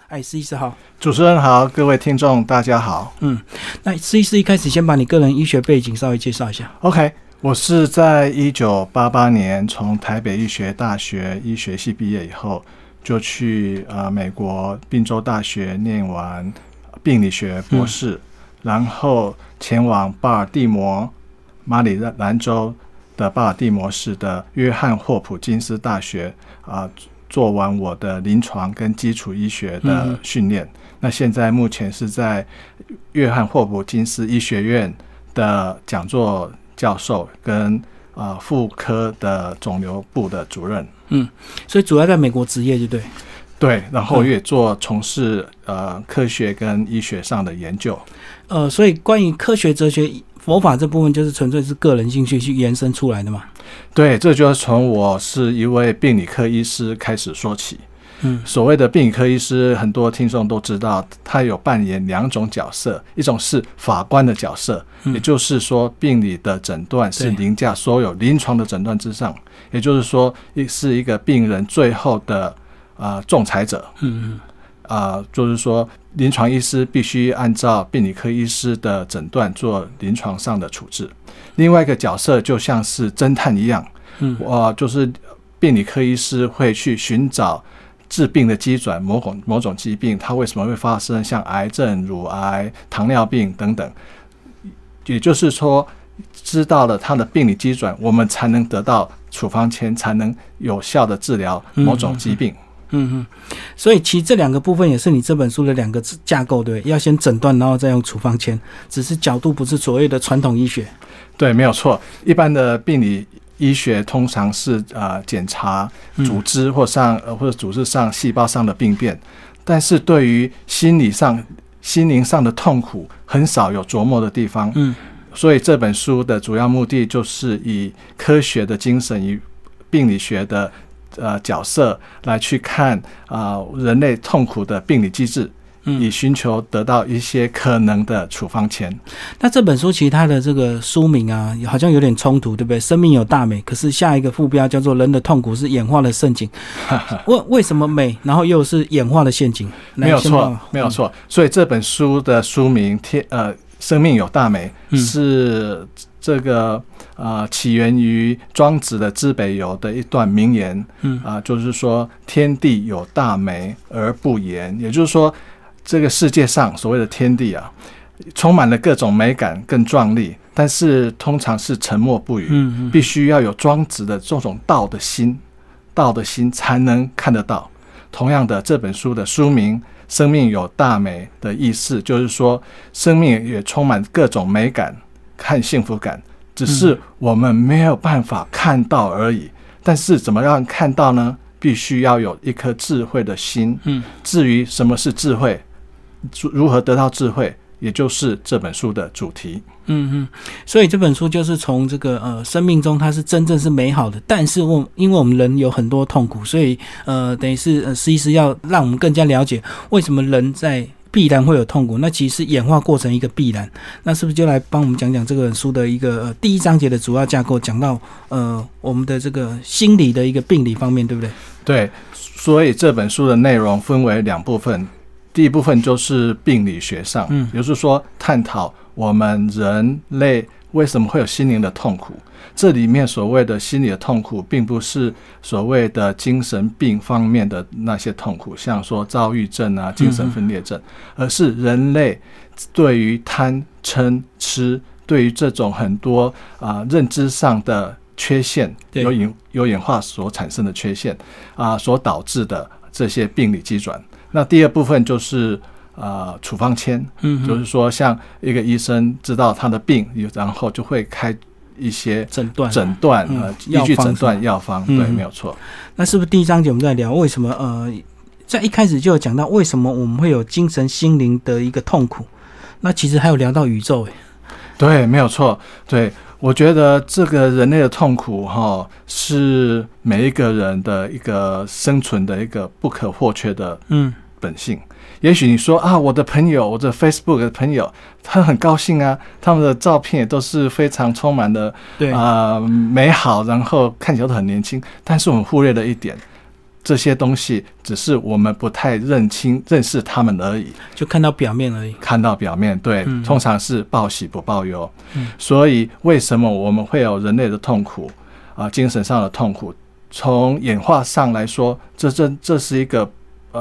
施医师好。 主持人好，各位听众大家好。 那施医师一开始先把你个人医学背景稍微介绍一下。 OK， 我是在1988年从台北医学大学医学系毕业以后，就去美国宾州大学念完病理学博士，然后前往巴尔的摩马里兰州的巴尔的摩市的约翰霍普金斯大学做完我的临床跟基础医学的训练。那现在目前是在约翰霍普金斯医学院的讲座教授跟妇科的肿瘤部的主任。 所以主要在美国执业就对。 对，然后也从事科学跟医学上的研究。 所以关于科学哲学佛法这部分就是纯粹是个人兴趣去延伸出来的嘛？ 对，这就是从我是一位病理科医师开始说起。所谓的病理科医师，很多听众都知道，他有扮演两种角色，一种是法官的角色，也就是说病理的诊断是凌驾所有临床的诊断之上，也就是说是一个病人最后的仲裁者。就是说临床医师必须按照病理科医师的诊断做临床上的处置。另外一个角色就像是侦探一样，就是病理科医师会去寻找致病的机转，某种疾病它为什么会发生，像癌症、乳癌、糖尿病等等。也就是说知道了它的病理机转，我们才能得到处方签，才能有效的治疗某种疾病。 所以其实这两个部分也是你这本书的两个架构，对，要先诊断然后再用处方签，只是角度不是所谓的传统医学。对， 没有错。一般的病理医学通常是检查组织或者组织上细胞上的病变，但是对于心灵上的痛苦很少有琢磨的地方。所以这本书的主要目的就是以科学的精神，以病理学的角色来去看人类痛苦的病理机制，以寻求得到一些可能的处方签。 那这本书其实它的这个书名好像有点冲突，对不对？生命有大美，可是下一个副标叫做人的痛苦是演化的陷阱。为什么美，然后又是演化的陷阱？ 没有错，没有错。所以这本书的书名生命有大美是这个起源于庄子的知北游的一段名言。就是说天地有大美而不言，也就是说这个世界上所谓的天地充满了各种美感更壮丽，但是通常是沉默不语。必须要有庄子的这种道的心才能看得到。同样的，这本书的书名生命有大美的意思就是说生命也充满各种美感和幸福感，只是我们没有办法看到而已。但是怎么样看到呢？必须要有一颗智慧的心。至于什么是智慧，如何得到智慧，也就是这本书的主题。 所以这本书就是从这个生命中它是真正是美好的，但是因为我们人有很多痛苦，所以等于是施医师要让我们更加了解为什么人在必然会有痛苦，那其实是演化过程一个必然。那是不是就来帮我们讲讲这本书的一个第一章节的主要架构，讲到我们的这个心理的一个病理方面，对不对？ 对，所以这本书的内容分为两部分。第一部分就是病理学上，也就是说探讨我们人类为什么会有心灵的痛苦。这里面所谓的心理的痛苦并不是所谓的精神病方面的那些痛苦，像说躁郁症精神分裂症，而是人类对于贪嗔痴，对于这种很多认知上的缺陷，有演化所产生的缺陷所导致的这些病理机转。那第二部分就是处方签，就是说像一个医生知道他的病，然后就会开一些诊断依据诊断药方。对，没有错。 那是不是第一章节我们在聊为什么在一开始就有讲到为什么我们会有精神心灵的一个痛苦，那其实还有聊到宇宙。 对，没有错。对，我觉得这个人类的痛苦是每一个人的一个生存的一个不可或缺的本性。也许你说我的朋友，我的 Facebook 的朋友，他很高兴他们的照片也都是非常充满的美好，然后看起来都很年轻。但是我们忽略了一点， 这些东西只是我们不太认识他们而已， 就看到表面而已。 看到表面，对，通常是报喜不报忧。所以为什么我们会有人类的痛苦精神上的痛苦？从演化上来说，这是一个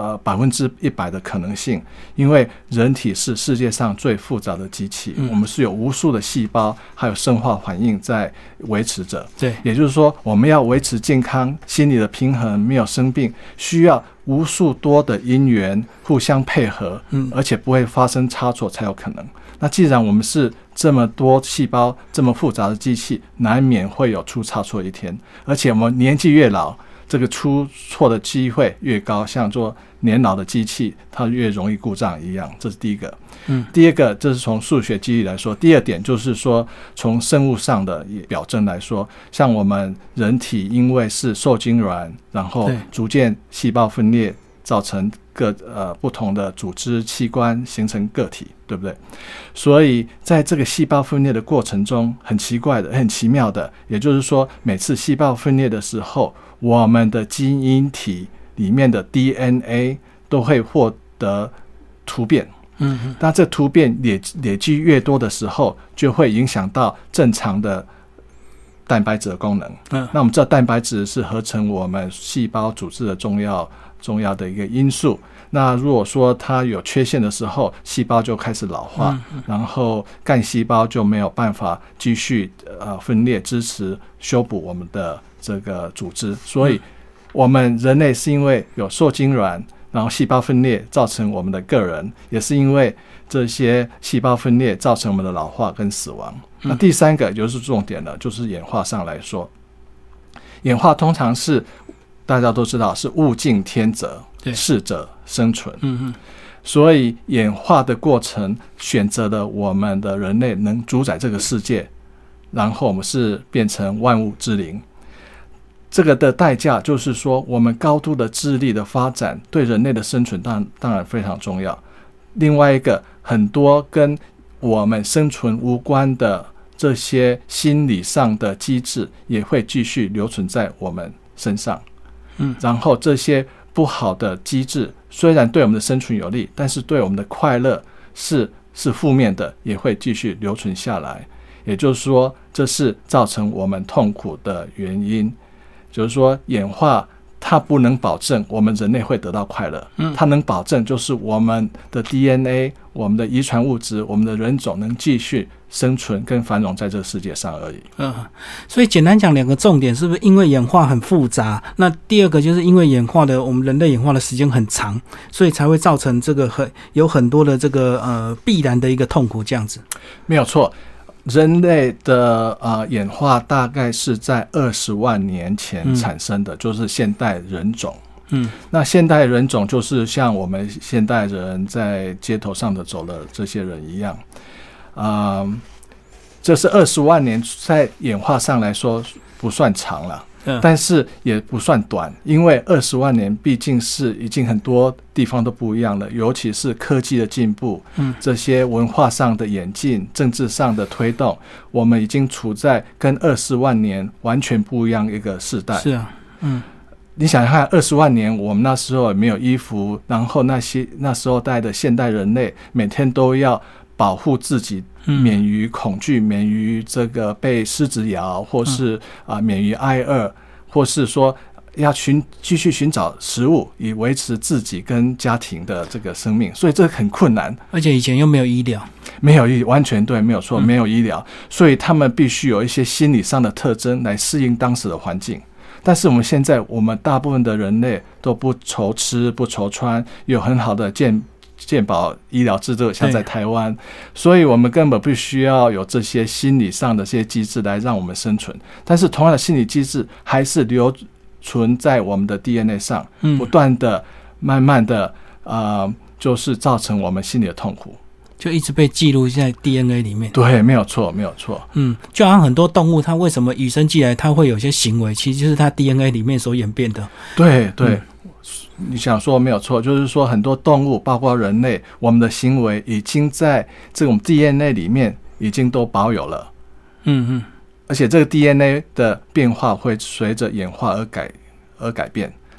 100%的可能性，因为人体是世界上最复杂的机器，我们是有无数的细胞还有生化反应在维持着。 对， 也就是说我们要维持健康、心理的平衡，没有生病，需要无数多的因缘互相配合，而且不会发生差错才有可能。那既然我们是这么多细胞这么复杂的机器，难免会有出差错一天，而且我们年纪越老，这个出错的机会越高，像做年老的机器它越容易故障一样。这是第一个。第二个，这是从数学机理来说。第二点就是说从生物上的表征来说，像我们人体因为是受精卵，然后逐渐细胞分裂，造成不同的组织器官形成个体，对不对？所以在这个细胞分裂的过程中，很奇怪的很奇妙的，也就是说每次细胞分裂的时候，我们的基因体里面的 DNA 都会获得突变。那这突变累积越多的时候，就会影响到正常的蛋白质的功能。那我们知道蛋白质是合成我们细胞组织的重要的一个因素。那如果说它有缺陷的时候，细胞就开始老化，然后干细胞就没有办法继续分裂支持修补我们的这个组织。所以我们人类是因为有受精卵，然后细胞分裂造成我们的个人，也是因为这些细胞分裂造成我们的老化跟死亡。那第三个就是重点了，就是演化上来说，演化通常是大家都知道是物竞天择，适者生存。所以演化的过程选择了我们的人类能主宰这个世界，然后我们是变成万物之灵。这个的代价就是说，我们高度的智力的发展对人类的生存当然非常重要。另外一个，很多跟我们生存无关的这些心理上的机制也会继续留存在我们身上。然后这些不好的机制虽然对我们的生存有利，但是对我们的快乐是负面的，也会继续留存下来。也就是说，这是造成我们痛苦的原因。就是说演化它不能保证我们人类会得到快乐，它能保证就是我们的 DNA 我们的遗传物质我们的人种能继续生存跟繁荣在这个世界上而已。 所以简单讲两个重点，是不是因为演化很复杂，那第二个就是因为我们人类演化的时间很长，所以才会造成这个有很多的这个必然的一个痛苦这样子。没有错， 人类的演化大概是在20万年前产生的，就是现代人种。那现代人种就是像我们现代人在街头上的走的这些人一样。这是20万年，在演化上来说不算长了，但是也不算短，因为20万年毕竟是已经很多地方都不一样了，尤其是科技的进步，这些文化上的演进，政治上的推动，我们已经处在跟20万年完全不一样一个世代。 是啊， 你想看20万年，我们那时候也没有衣服，然后那时候代的现代人类每天都要保护自己，免于恐惧，免于这个被狮子咬，或是免于挨饿，或是说要继续寻找食物，以维持自己跟家庭的这个生命，所以这很困难。 而且以前又没有医疗， 完全对，没有错，没有医疗，所以他们必须有一些心理上的特征来适应当时的环境。但是我们大部分的人类都不愁吃不愁穿，有很好的健保医疗制度，像在台湾，所以我们根本不需要有这些心理上的这些机制来让我们生存。但是同样的心理机制还是留存在我们的 DNA 上，不断的慢慢的就是造成我们心理的痛苦， 就一直被记录在 DNA 里面。 对，没有错。 就好像很多动物它为什么与生俱来它会有些行为，其实就是它 DNA 里面所演变的。 对，你想说没有错，就是说很多动物包括人类，我们的行为已经在这种 DNA 里面已经都保有了。而且这个 DNA 的变化会随着演化而改变。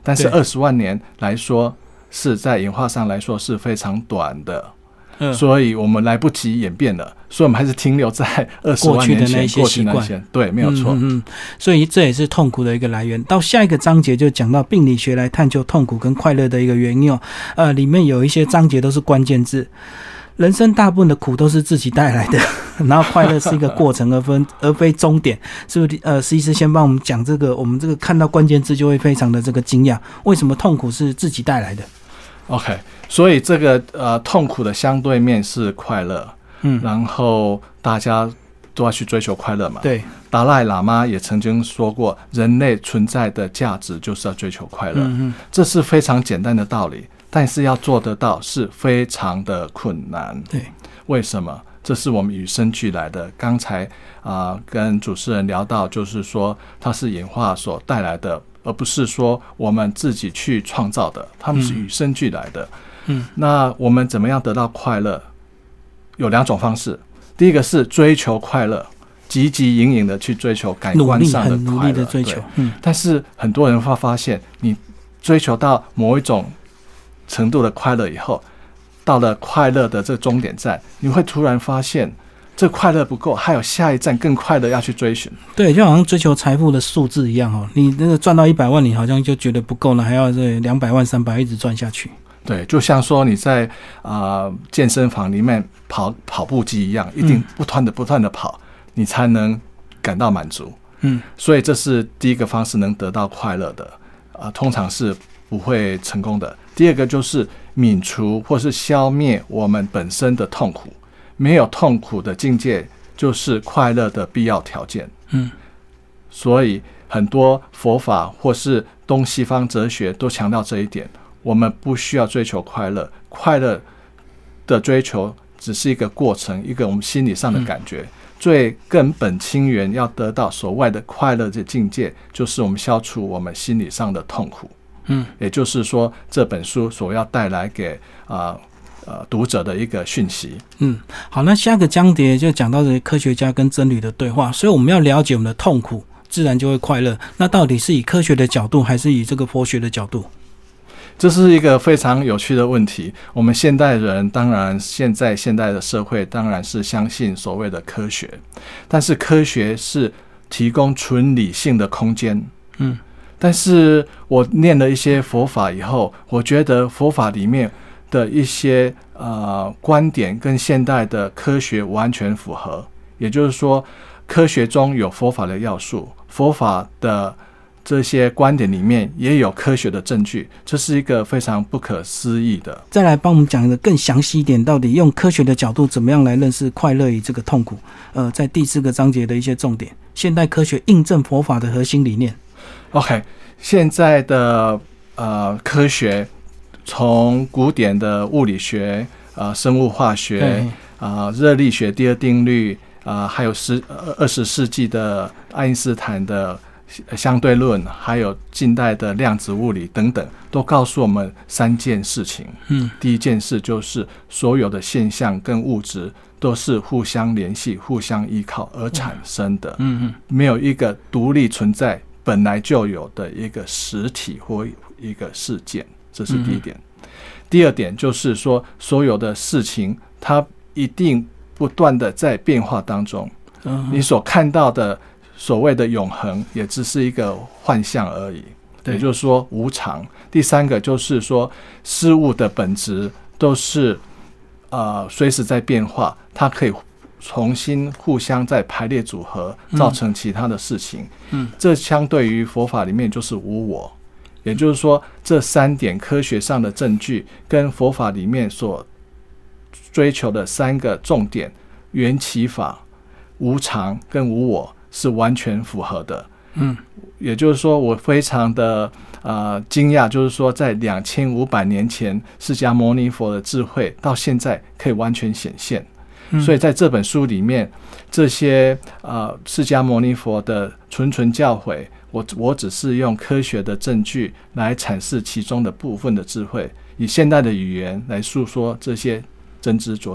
但是20万年来说，是在演化上来说是非常短的。所以我们来不及演变了，所以我们还是停留在20万年前过去的那些对，没有错。 所以这也是痛苦的一个来源。到下一个章节就讲到病理学来探究痛苦跟快乐的一个原因里面有一些章节都是关键字。人生大部分的苦都是自己带来的，然后快乐是一个过程而非终点，是不是？施医师先帮我们讲这个，我们这个看到关键字就会非常的这个惊讶，为什么痛苦是自己带来的 ？OK， 所以这个痛苦的相对面是快乐，然后大家都要去追求快乐嘛。 对， 达赖喇嘛也曾经说过，人类存在的价值就是要追求快乐，这是非常简单的道理。但是要做得到是非常的困难。 对， 为什么？这是我们与生俱来的。刚才跟主持人聊到，就是说它是演化所带来的，而不是说我们自己去创造的，它们是与生俱来的。那我们怎么样得到快乐？有2种方式。第一个是追求快乐，汲汲营营的去追求感官上的快乐， 努力的追求。 但是很多人会发现，你追求到某一种程度的快乐以后，到了快乐的这个终点站，你会突然发现这快乐不够，还有下一站更快乐要去追寻。 对，就好像追求财富的数字一样你那个赚到100万，你好像就觉得不够了，还要这200万300一直赚下去。 对，就像说你在健身房里面跑步机一样，一定不断的跑，你才能感到满足。所以这是第一个方式能得到快乐的通常是不会成功的。第二个就是泯除或是消灭我们本身的痛苦，没有痛苦的境界就是快乐的必要条件。所以很多佛法或是东西方哲学都强调这一点，我们不需要追求快乐，快乐的追求只是一个过程，一个我们心理上的感觉。最根本清源要得到所谓的快乐的境界，就是我们消除我们心理上的痛苦。也就是说这本书所要带来给读者的一个讯息。 好，那下个章节就讲到这科学家跟真理的对话，所以我们要了解我们的痛苦，自然就会快乐。那到底是以科学的角度还是以这个佛学的角度？ 这是一个非常有趣的问题。我们现代人当然现代的社会当然是相信所谓的科学，但是科学是提供纯理性的空间。但是我念了一些佛法以后，我觉得佛法里面的一些观点跟现代的科学完全符合。也就是说，科学中有佛法的要素，佛法的这些观点里面也有科学的证据，这是一个非常不可思议的。 再来帮我们讲的更详细一点，到底用科学的角度怎么样来认识快乐与这个痛苦？在第4个章节的一些重点，现代科学印证佛法的核心理念。 OK， 现在的科学，从古典的物理学、生物化学、热力学第2定律，还有20世纪的爱因斯坦的相对论，还有近代的量子物理等等，都告诉我们3件事情。第一件事就是所有的现象跟物质都是互相联系、互相依靠而产生的。没有一个独立存在本来就有的一个实体或一个事件，这是第一点。第二点就是说，所有的事情它一定不断的在变化当中。你所看到的所谓的永恒也只是一个幻象而已，也就是说无常。第3个就是说，事物的本质都是随时在变化，它可以重新互相再排列组合，造成其他的事情。这相对于佛法里面就是无我。也就是说，这3点科学上的证据跟佛法里面所追求的3个重点，缘起法、无常跟无我，是完全符合的。也就是说，我非常的惊讶，就是说在2500年前释迦牟尼佛的智慧到现在可以完全显现。所以在这本书里面，这些释迦牟尼佛的谆教诲，我只是用科学的证据来阐释其中的部分的智慧，以现代的语言来诉说这些真知灼见。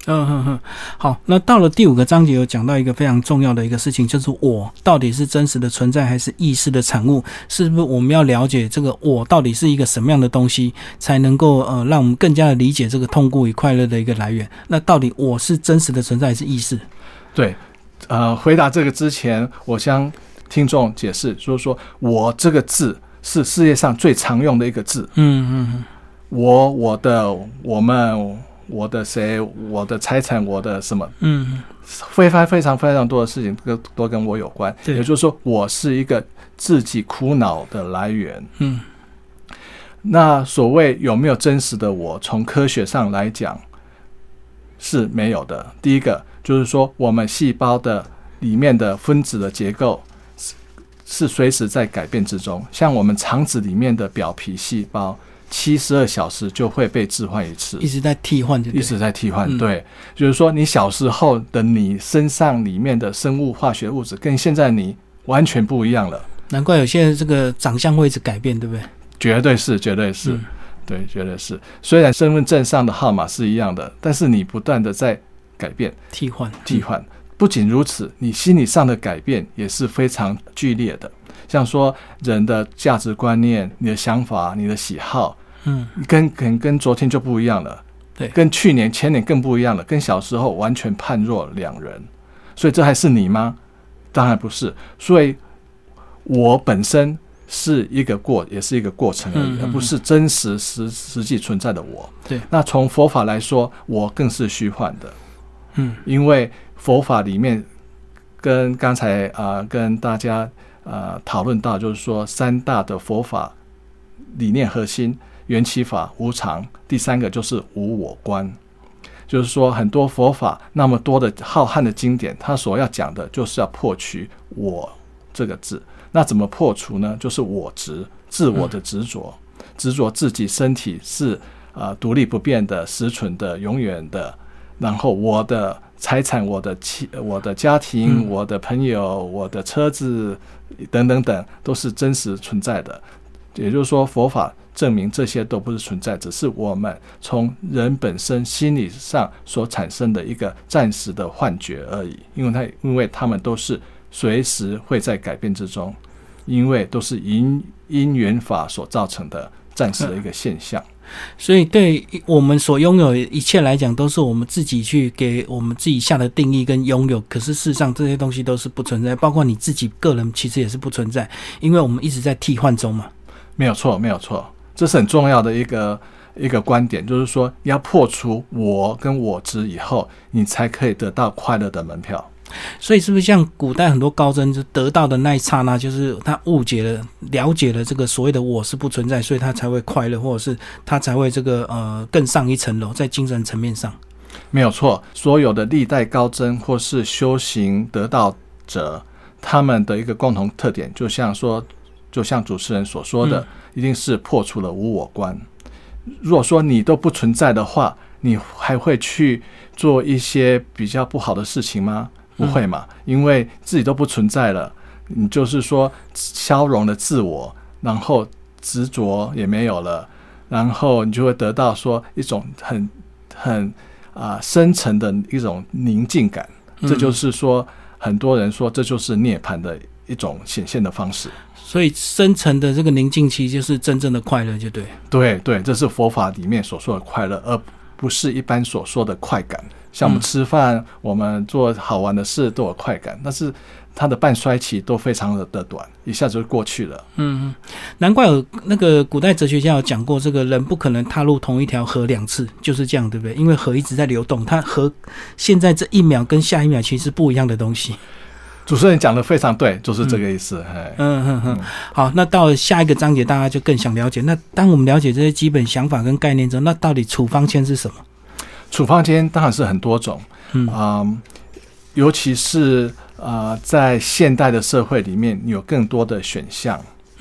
好，那到了第5个章节有讲到一个非常重要的一个事情，就是我到底是真实的存在还是意识的产物？是不是我们要了解这个我到底是一个什么样的东西，才能够让我们更加的理解这个痛苦与快乐的一个来源？那到底我是真实的存在还是意识？对， 回答这个之前，我向听众解释，就是说我这个字是世界上最常用的一个字。我、我的、我们、我的谁、我的财产、我的什么，非常非常非常多的事情都跟我有关。也就是说，我是一个自己苦恼的来源。那所谓有没有真实的我，从科学上来讲是没有的。第一个就是说，我们细胞的里面的分子的结构是随时在改变之中。像我们肠子里面的表皮细胞，72小时就会被置换一次， 一直在替换， 一直在替换。对，就是说你小时候的你身上里面的生物化学物质跟现在你完全不一样了。 难怪有些人这个长相会一直改变，对不对？ 绝对是，绝对是，对，绝对是。虽然身份证上的号码是一样的，但是你不断的在改变、替换。不仅如此，你心理上的改变也是非常剧烈的。像说人的价值观念、你的想法、你的喜好，跟昨天就不一样了，对，跟去年、前年更不一样了，跟小时候完全判若两人。所以这还是你吗？当然不是。所以我本身是一个也是一个过程而已，而不是真实实际存在的我。对。那从佛法来说，我更是虚幻的。因为佛法里面跟刚才跟大家讨论到，就是说3大的佛法理念核心：缘起法、无常，第3个就是无我观。就是说很多佛法那么多的浩瀚的经典，它所要讲的就是要破除我这个字。那怎么破除呢？就是我执，自我的执着，执着自己身体是独立不变的、实存的、永远的。然后我的财产、我的家庭、我的朋友、我的车子等等等，都是真实存在的。也就是说，佛法证明这些都不是存在，只是我们从人本身心理上所产生的一个暂时的幻觉而已。因为他们都是随时会在改变之中，因为都是因缘法所造成的暂时的一个现象。 所以对我们所拥有的一切来讲，都是我们自己去给我们自己下的定义跟拥有。可是事实上这些东西都是不存在，包括你自己个人其实也是不存在，因为我们一直在替换中嘛。 没有错，没有错，这是很重要的一个观点，就是说要破除我跟我执以后，你才可以得到快乐的门票。 所以是不是像古代很多高僧就得到的那一刹那，就是他误解了、了解了这个所谓的我是不存在，所以他才会快乐，或者是他才会这个更上一层楼，在精神层面上。 没有错，所有的历代高僧或是修行得道者，他们的一个共同特点，就像主持人所说的，一定是破除了无我观。如果说你都不存在的话，你还会去做一些比较不好的事情吗？不会嘛，因为自己都不存在了，你就是说消融了自我，然后执着也没有了，然后你就会得到说一种很深层的一种宁静感。这就是说很多人说这就是涅槃的一种显现的方式。 所以深层的这个宁静期就是真正的快乐，就对。 对，这是佛法里面所说的快乐，而不是一般所说的快感。像我们吃饭，我们做好玩的事都有快感，但是它的半衰期都非常的短，一下就过去了。 难怪有那个古代哲学家有讲过，这个人不可能踏入同一条河2次，就是这样，对不对？因为河一直在流动，它河现在这一秒跟下一秒其实是不一样的东西。 主持人讲得非常对，就是这个意思。 好，那到了下一个章节，大家就更想了解。那当我们了解这些基本想法跟概念之后，那到底处方签是什么？ 处方签当然是很多种，尤其是在现代的社会里面，有更多的选项。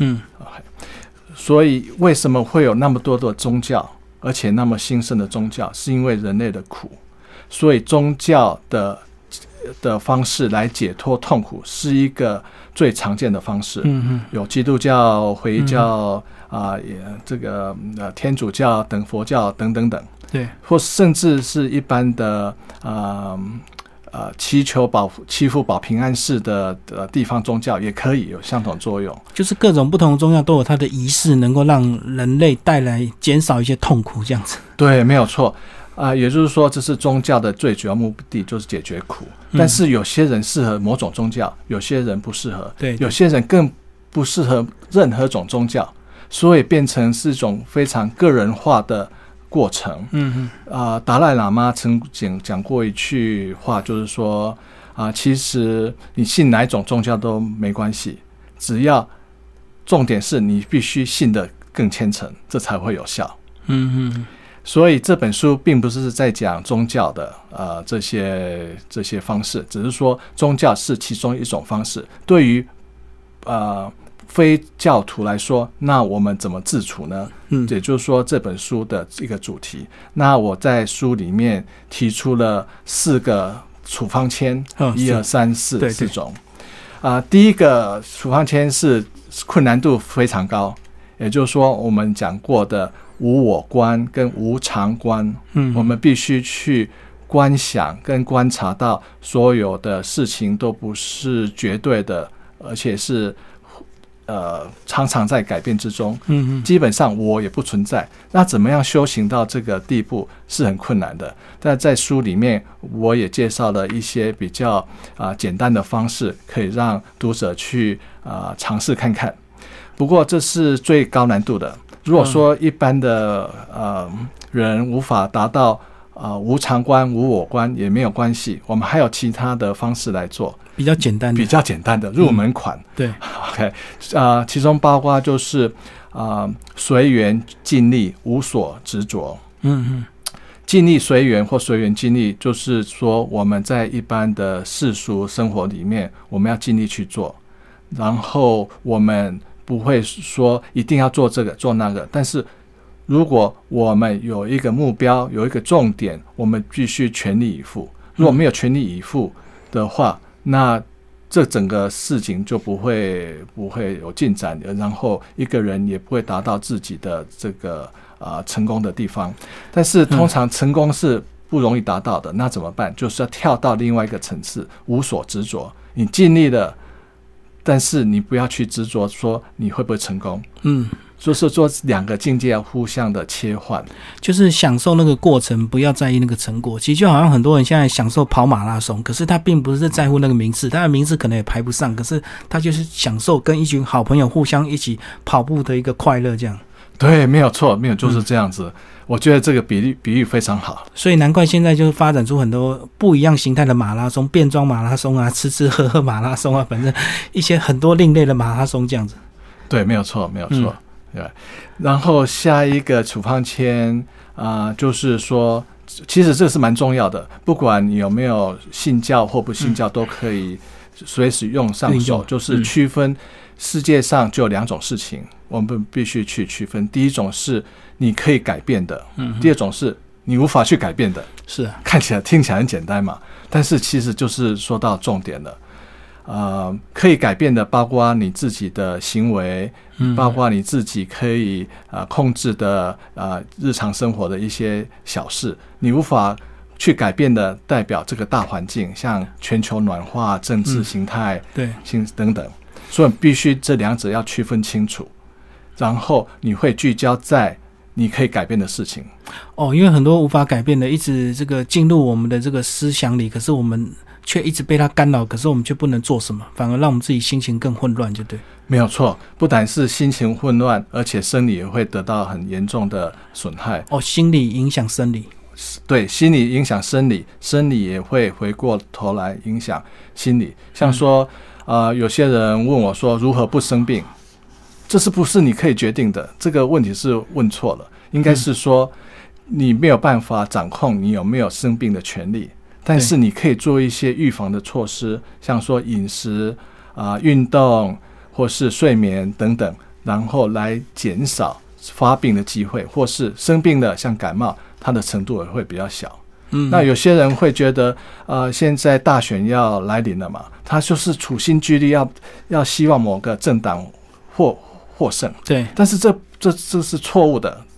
所以为什么会有那么多的宗教，而且那么兴盛的宗教，是因为人类的苦。所以宗教的方式来解脱痛苦是一个最常见的方式。有基督教、回教这个天主教等佛教等等等。 对， 或甚至是一般的祈福保平安事的地方宗教也可以有相同作用。 就是各种不同的宗教都有它的仪式，能够让人类带来减少一些痛苦，这样子。 对，没有错。也就是说，这是宗教的最主要目的，就是解决苦。但是有些人适合某种宗教，有些人不适合， 对， 有些人更不适合任何种宗教，所以变成是一种非常个人化的过程。达赖喇嘛曾讲过一句话，就是说其实你信哪一种宗教都没关系，只要重点是你必须信得更虔诚，这才会有效。所以这本书并不是在讲宗教的这些方式，只是说宗教是其中一种方式。对于非教徒来说，那我们怎么自处呢？也就是说这本书的一个主题。那我在书里面提出了4个处方签，1、2、3、4种。第一个处方签是困难度非常高，也就是说我们讲过的无我观跟无常观，我们必须去观想跟观察到所有的事情都不是绝对的，而且是常常在改变之中。基本上我也不存在。那怎么样修行到这个地步是很困难的。但在书里面我也介绍了一些比较简单的方式，可以让读者去尝试看看。不过这是最高难度的。如果说一般的人无法达到无常观、无我观也没有关系，我们还有其他的方式来做，比较简单的入门款。对 ，OK， 其中包括就是随缘尽力，无所执着。尽力随缘或随缘尽力，就是说我们在一般的世俗生活里面，我们要尽力去做，然后我们不会说一定要做这个做那个，但是如果我们有一个目标，有一个重点，我们必须全力以赴。如果没有全力以赴的话，那这整个事情就不会有进展，然后一个人也不会达到自己的这个成功的地方。但是通常成功是不容易达到的，那怎么办？就是要跳到另外一个层次，无所执着。你尽力了，但是你不要去执着说你会不会成功。就是说2个境界要互相的切换，就是享受那个过程，不要在意那个成果。其实就好像很多人现在享受跑马拉松，可是他并不是在乎那个名次，他的名次可能也排不上，可是他就是享受跟一群好朋友互相一起跑步的一个快乐，这样。对，没有错，没有就是这样子。我觉得这个比喻非常好，所以难怪现在就是发展出很多不一样形态的马拉松，变装马拉松啊，吃吃喝喝马拉松啊，反正一些很多另类的马拉松这样子。对，没有错，没有错。对，然后下一个处方签就是说，其实这是蛮重要的，不管你有没有信教或不信教，都可以随时用上手。就是区分世界上就有2种事情，我们必须去区分。第一种是你可以改变的，第二种是你无法去改变的。是啊，看起来听起来很简单嘛，但是其实就是说到重点了。可以改变的包括你自己的行为，包括你自己可以控制的日常生活的一些小事。你无法去改变的代表这个大环境，像全球暖化、政治形态、等等，所以必须这2者要区分清楚，然后你会聚焦在你可以改变的事情。因为很多无法改变的一直这个进入我们的这个思想里，可是我们却一直被它干扰，可是我们却不能做什么，反而让我们自己心情更混乱，就对。没有错，不但是心情混乱，而且生理也会得到很严重的损害。心理影响生理。对，心理影响生理，生理也会回过头来影响心理。像说有些人问我说如何不生病，这是不是你可以决定的？这个问题是问错了，应该是说你没有办法掌控你有没有生病的权利，但是你可以做一些预防的措施，像说饮食运动或是睡眠等等，然后来减少发病的机会，或是生病了像感冒，它的程度也会比较小。那有些人会觉得现在大选要来临了嘛，他就是处心积虑要希望某个政党获胜。对，但是这是错误的。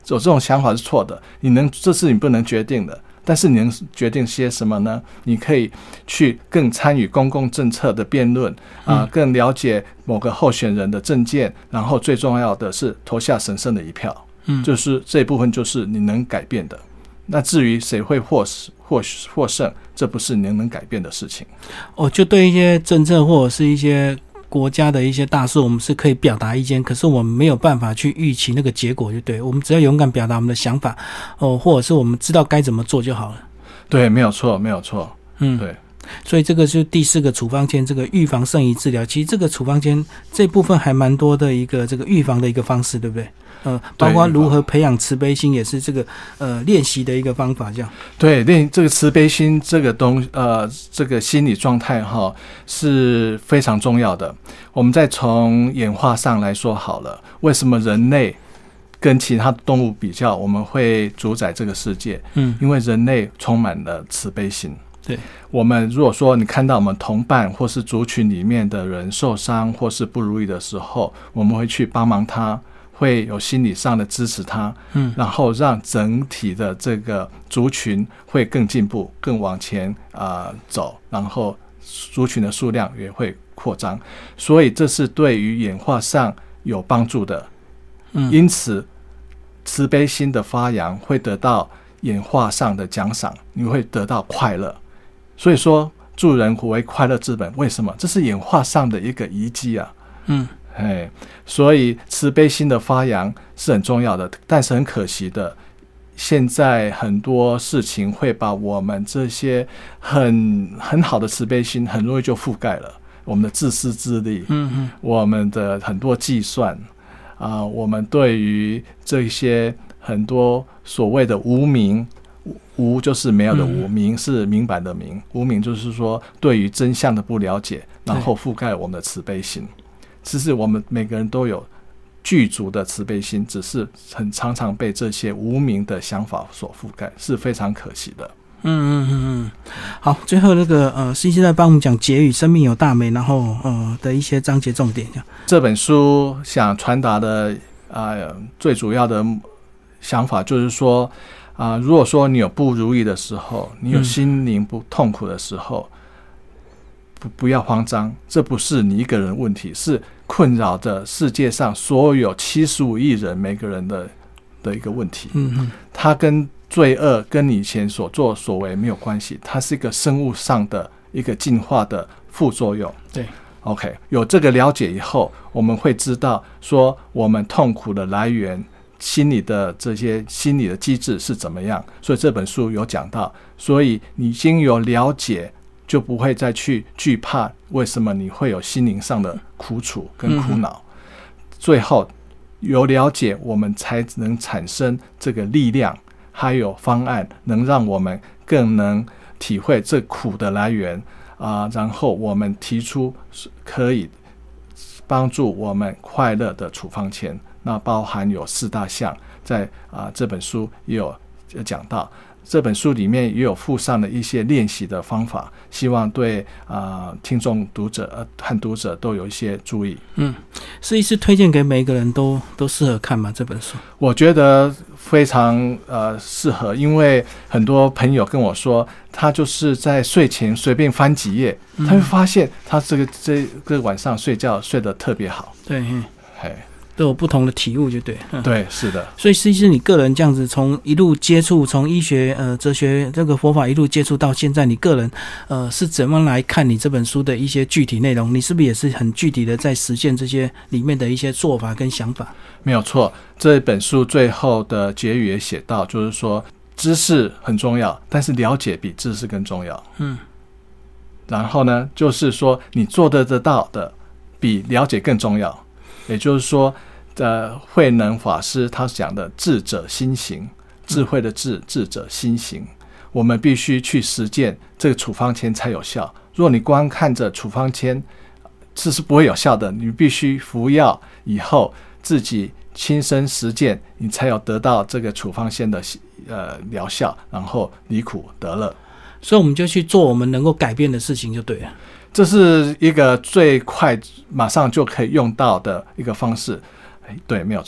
有这种想法是错的，这是你不能决定的。但是你能决定些什么呢？你可以去更参与公共政策的辩论更了解某个候选人的政见，然后最重要的是投下神圣的一票。就是这一部分就是你能改变的。那至于谁会获胜，这不是你能改变的事情。 就对一些政策或者是一些国家的一些大事，我们是可以表达意见，可是我们没有办法去预期那个结果，就对。我们只要勇敢表达我们的想法，或者是我们知道该怎么做就好了。 对，没有错，没有错。对。 所以这个是第4个处方签，这个预防胜于治疗。其实这个处方签这部分还蛮多的一个这个预防的一个方式，对不对？包括如何培养慈悲心，也是这个练习的一个方法，这样。 对，练这个慈悲心这个这个心理状态是非常重要的。我们再从演化上来说好了，为什么人类跟其他动物比较，我们会主宰这个世界？因为人类充满了慈悲心。 对， 我们如果说你看到我们同伴或是族群里面的人受伤或是不如意的时候，我们会去帮忙他，会有心理上的支持他，然后让整体的这个族群会更进步，更往前走，然后族群的数量也会扩张，所以这是对于演化上有帮助的。因此慈悲心的发扬会得到演化上的奖赏，你会得到快乐。所以说助人为快乐之本，为什么？这是演化上的一个遗迹啊。所以慈悲心的发扬是很重要的，但是很可惜的，现在很多事情会把我们这些很好的慈悲心很容易就覆盖了我们的自私自利，我们的很多计算我们对于这些很多所谓的无明，无就是没有的无，明是明白的明，无明就是说对于真相的不了解，然后覆盖我们的慈悲心。其实我们每个人都有具足的慈悲心，只是很常常被这些无明的想法所覆盖，是非常可惜的。 好，最后那个施医师在帮我们讲结语生命有大美，然后的一些章节重点。 这本书想传达的最主要的想法就是说如果说你有不如意的时候，你有心灵不痛苦的时候，不要慌张，这不是你一个人的问题，是困扰的世界上所有75亿人每个人的一个问题。它跟罪恶跟你以前所作所为没有关系，它是一个生物上的一个进化的副作用。 对 OK， 有这个了解以后，我们会知道说我们痛苦的来源，心理的这些心理的机制是怎么样。所以这本书有讲到，所以你已经有了解，就不会再去惧怕为什么你会有心灵上的苦楚跟苦恼。最后有了解，我们才能产生这个力量还有方案，能让我们更能体会这苦的来源然后我们提出可以帮助我们快乐的处方签，那包含有4大项，在这本书也有讲到。这本书里面也有附上了一些练习的方法，希望对听众读者和读者都有一些注意。 施医师推荐给每一个人都适合看吗？这本书我觉得非常适合，因为很多朋友跟我说，他就是在睡前随便翻几页，他会发现他这个晚上睡觉睡得特别好。 对，都有不同的体悟，就对。 对，是的。 所以施医师你个人这样子从一路接触，从医学哲学这个佛法一路接触到现在，你个人是怎么来看你这本书的一些具体内容？你是不是也是很具体的在实践这些里面的一些做法跟想法？ 没有错，这本书最后的结语也写到，就是说知识很重要，但是了解比知识更重要。然后呢，就是说你做得到的比了解更重要。也就是说慧能法师他讲的智者心行，智慧的智者心行，我们必须去实践，这个处方签才有效。如果你光看着处方签，这是不会有效的，你必须服药以后自己亲身实践，你才有得到这个处方签的疗效，然后离苦得乐。 所以我们就去做我们能够改变的事情就对了。 这是一个最快马上就可以用到的一个方式。对，没有错。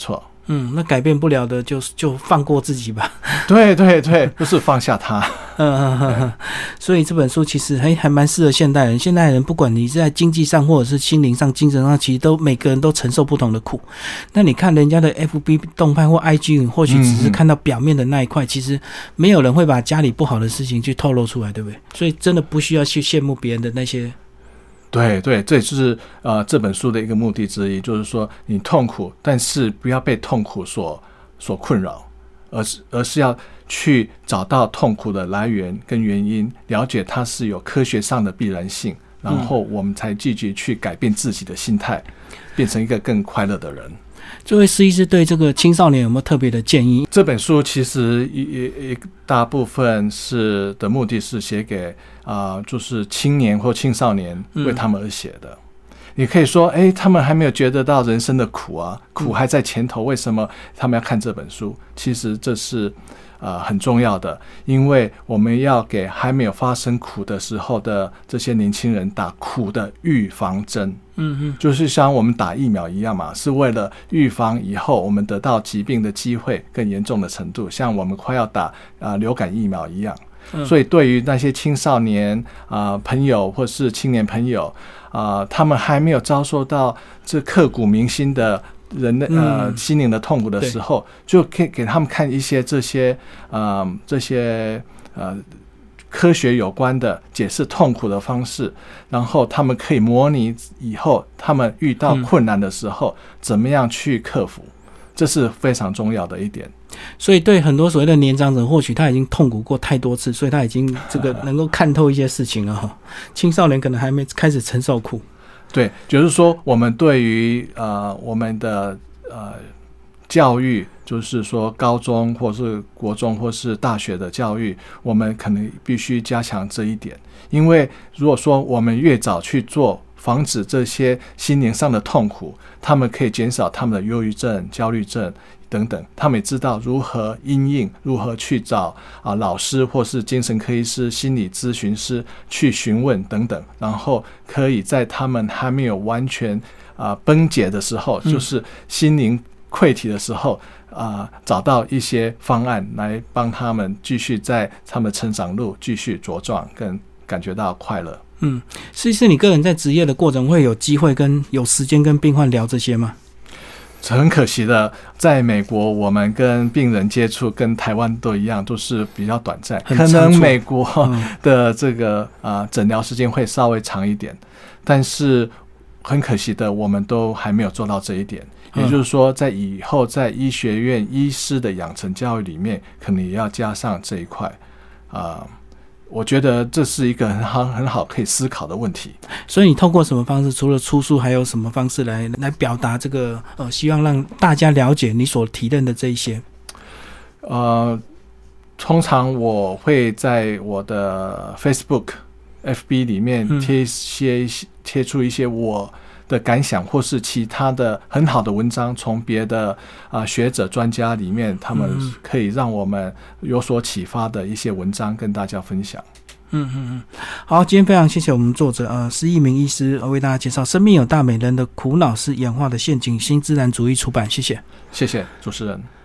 那改变不了的就放过自己吧。 对对对，就是放下它。 所以这本书其实还蛮适合现代人。现代人不管你是在经济上或者是心灵上、精神上，其实都每个人都承受不同的苦。那你看人家的 FB 动态或 IG， 或许只是看到表面的那一块，其实没有人会把家里不好的事情去透露出来，对不对？所以真的不需要去羡慕别人的那些。 对对，这也就是这本书的一个目的之一，就是说你痛苦，但是不要被痛苦所困扰，而是要去找到痛苦的来源跟原因，了解它是有科学上的必然性，然后我们才积极去改变自己的心态，变成一个更快乐的人。 这位施医师对这个青少年有没有特别的建议？ 这本书其实一大部分的目的是写给就是青年或青少年，为他们而写的。你可以说，他们还没有觉得到人生的苦啊，苦还在前头，为什么他们要看这本书？其实这是很重要的，因为我们要给还没有发生苦的时候的这些年轻人打苦的预防针。就是像我们打疫苗一样嘛，是为了预防以后我们得到疾病的机会更严重的程度，像我们快要打流感疫苗一样。所以对于那些青少年朋友或是青年朋友他们还没有遭受到这刻骨铭心的人的心灵的痛苦的时候，就可以给他们看一些这些科学有关的解释痛苦的方式，然后他们可以模拟以后他们遇到困难的时候怎么样去克服，这是非常重要的一点。 所以对很多所谓的年长者，或许他已经痛苦过太多次，所以他已经这个能够看透一些事情了。青少年可能还没开始承受苦。对， 就是说我们对于我们的教育，就是说高中或是国中或是大学的教育，我们可能必须加强这一点。因为如果说我们越早去做，防止这些心灵上的痛苦，他们可以减少他们的忧郁症、焦虑症等等，他们也知道如何因应，如何去找老师或是精神科医师、心理咨询师去询问等等，然后可以在他们还没有完全崩解的时候，就是心灵溃体的时候找到一些方案来帮他们继续在他们成长路继续茁壮，跟感觉到快乐。 是你个人在职业的过程会有机会有时间跟病患聊这些吗？ 很可惜的，在美国我们跟病人接触跟台湾都一样，都是比较短暂，可能美国的这个诊疗时间会稍微长一点，但是很可惜的我们都还没有做到这一点。也就是说在以后在医学院医师的养成教育里面可能也要加上这一块我觉得这是一个很好可以思考的问题。所以你透过什么方式，除了出书还有什么方式来表达这个希望让大家了解你所提认的这一些？通常我会在我的 Facebook、FB 里面贴出一些我的感想，或是其他的很好的文章，从别的学者专家里面，他们可以让我们有所启发的一些文章跟大家分享。好，今天非常谢谢我们作者施一鸣医师为大家介绍《生命有大美，人的苦恼是演化的陷阱》，新自然主义出版。谢谢主持人。